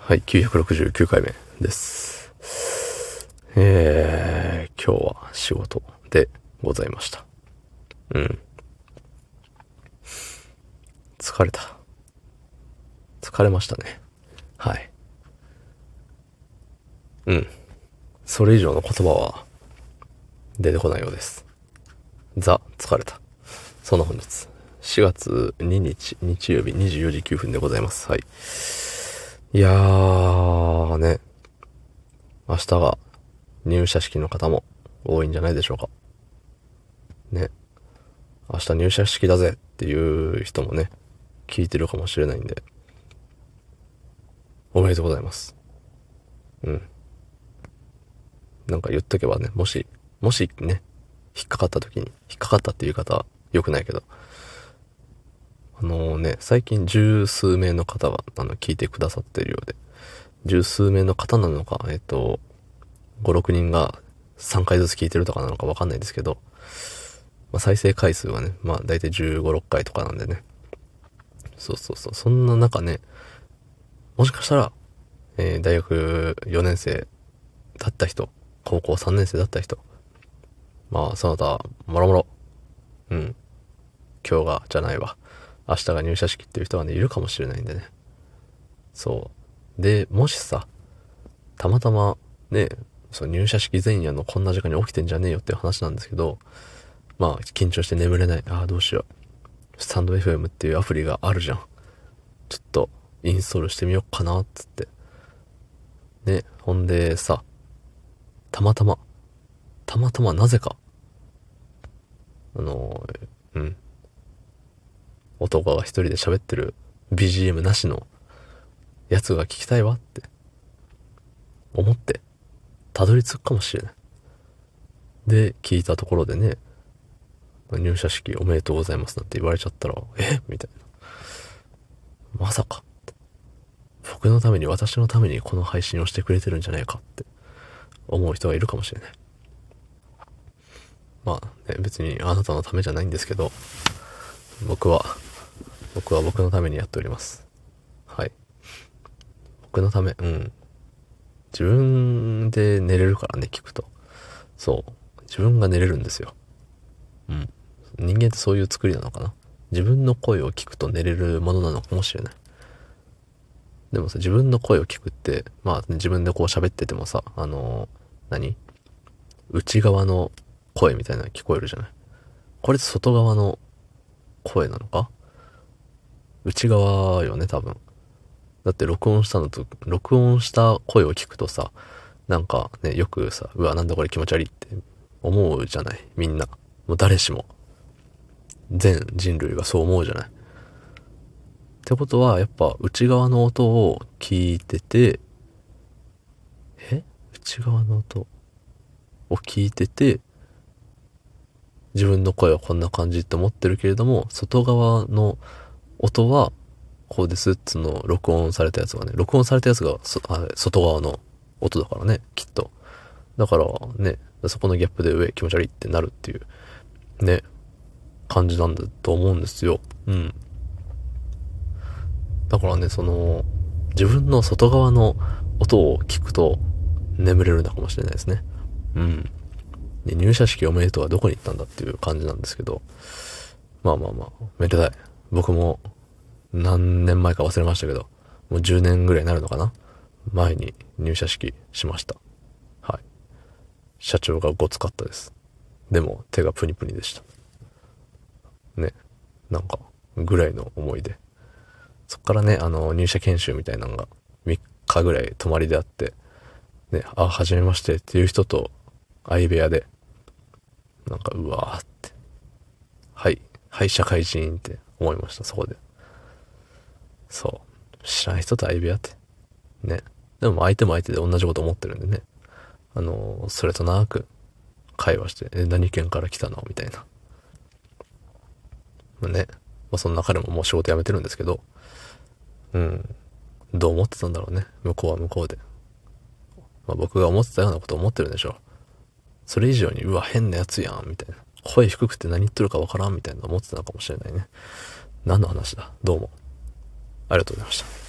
はい、969回目です。今日は仕事でございました。疲れた。疲れましたね。はい。それ以上の言葉は出てこないようです。疲れた。その本日、4月2日、日曜日24時9分でございます。はい。いやーね、明日が入社式の方も多いんじゃないでしょうか。ね。明日入社式だぜっていう人もね、聞いてるかもしれないんで、おめでとうございます。なんか言っとけばね、もしね、引っかかった時に、引っかかったっていう言い方は良くないけど、最近十数名の方が、聞いてくださっているようで、十数名の方なのか、5、6人が3回ずつ聞いてるとかなのかわかんないですけど、再生回数はね、だいたい15、6回とかなんでね。そう。そんな中ね、もしかしたら、大学4年生だった人、高校3年生だった人、その他、もろもろ、今日が、じゃないわ。明日が入社式っていう人がね、いるかもしれないんでね。そう。で、もしさ、たまたま、ね、入社式前夜のこんな時間に起きてんじゃねえよっていう話なんですけど、緊張して眠れない。どうしよう。スタンド FM っていうアプリがあるじゃん。ちょっと、インストールしてみようかな、つって。ね、ほんでさ、たまたまなぜか、男が一人で喋ってる BGM なしのやつが聞きたいわって思って、たどり着くかもしれない。で、聞いたところでね、入社式おめでとうございますなんて言われちゃったら、みたいな。まさか。僕のために、私のためにこの配信をしてくれてるんじゃないかって思う人がいるかもしれない。別にあなたのためじゃないんですけど、僕は僕のためにやっております。はい。僕のため、自分で寝れるからね、聞くと。そう。自分が寝れるんですよ。人間ってそういう作りなのかな。自分の声を聞くと寝れるものなのかもしれない。でもさ、自分の声を聞くって、自分でこう喋っててもさ、内側の声みたいなの聞こえるじゃない。これって外側の声なのか？内側よね、多分。だって録音した声を聞くとさ、なんかね、よくさ、うわ、なんだこれ気持ち悪いって思うじゃない。みんな。もう誰しも。全人類がそう思うじゃない。ってことは、やっぱ内側の音を聞いてて、内側の音を聞いてて、自分の声はこんな感じって思ってるけれども、外側の音はこうですっつの録音されたやつが外側の音だからね、きっと。だからね、そこのギャップで気持ち悪いってなるっていうね、感じなんだと思うんですよ。だからね、自分の外側の音を聞くと眠れるのかもしれないですね。で、入社式おめでとうはどこに行ったんだっていう感じなんですけど、めでたい。僕も何年前か忘れましたけど、もう10年ぐらいになるのかな、前に入社式しました。はい。社長がごつかったです。でも手がプニプニでした。ね。なんか、ぐらいの思い出。そっからね、入社研修みたいなのが3日ぐらい泊まりであって、ね、はじめましてっていう人と相部屋で、なんか、うわーって、はい、社会人って思いました、そこで。そう。知らない人と相部屋って。ね。でも相手も相手で同じこと思ってるんでね。それとなく会話して、何県から来たのみたいな。ね。そんな彼ももう仕事辞めてるんですけど、どう思ってたんだろうね。向こうは向こうで。僕が思ってたようなことを思ってるんでしょう。それ以上に、うわ、変なやつやん、みたいな。声低くて何言ってるかわからん、みたいな思ってたのかもしれないね。何の話だ。どうも。ありがとうございました。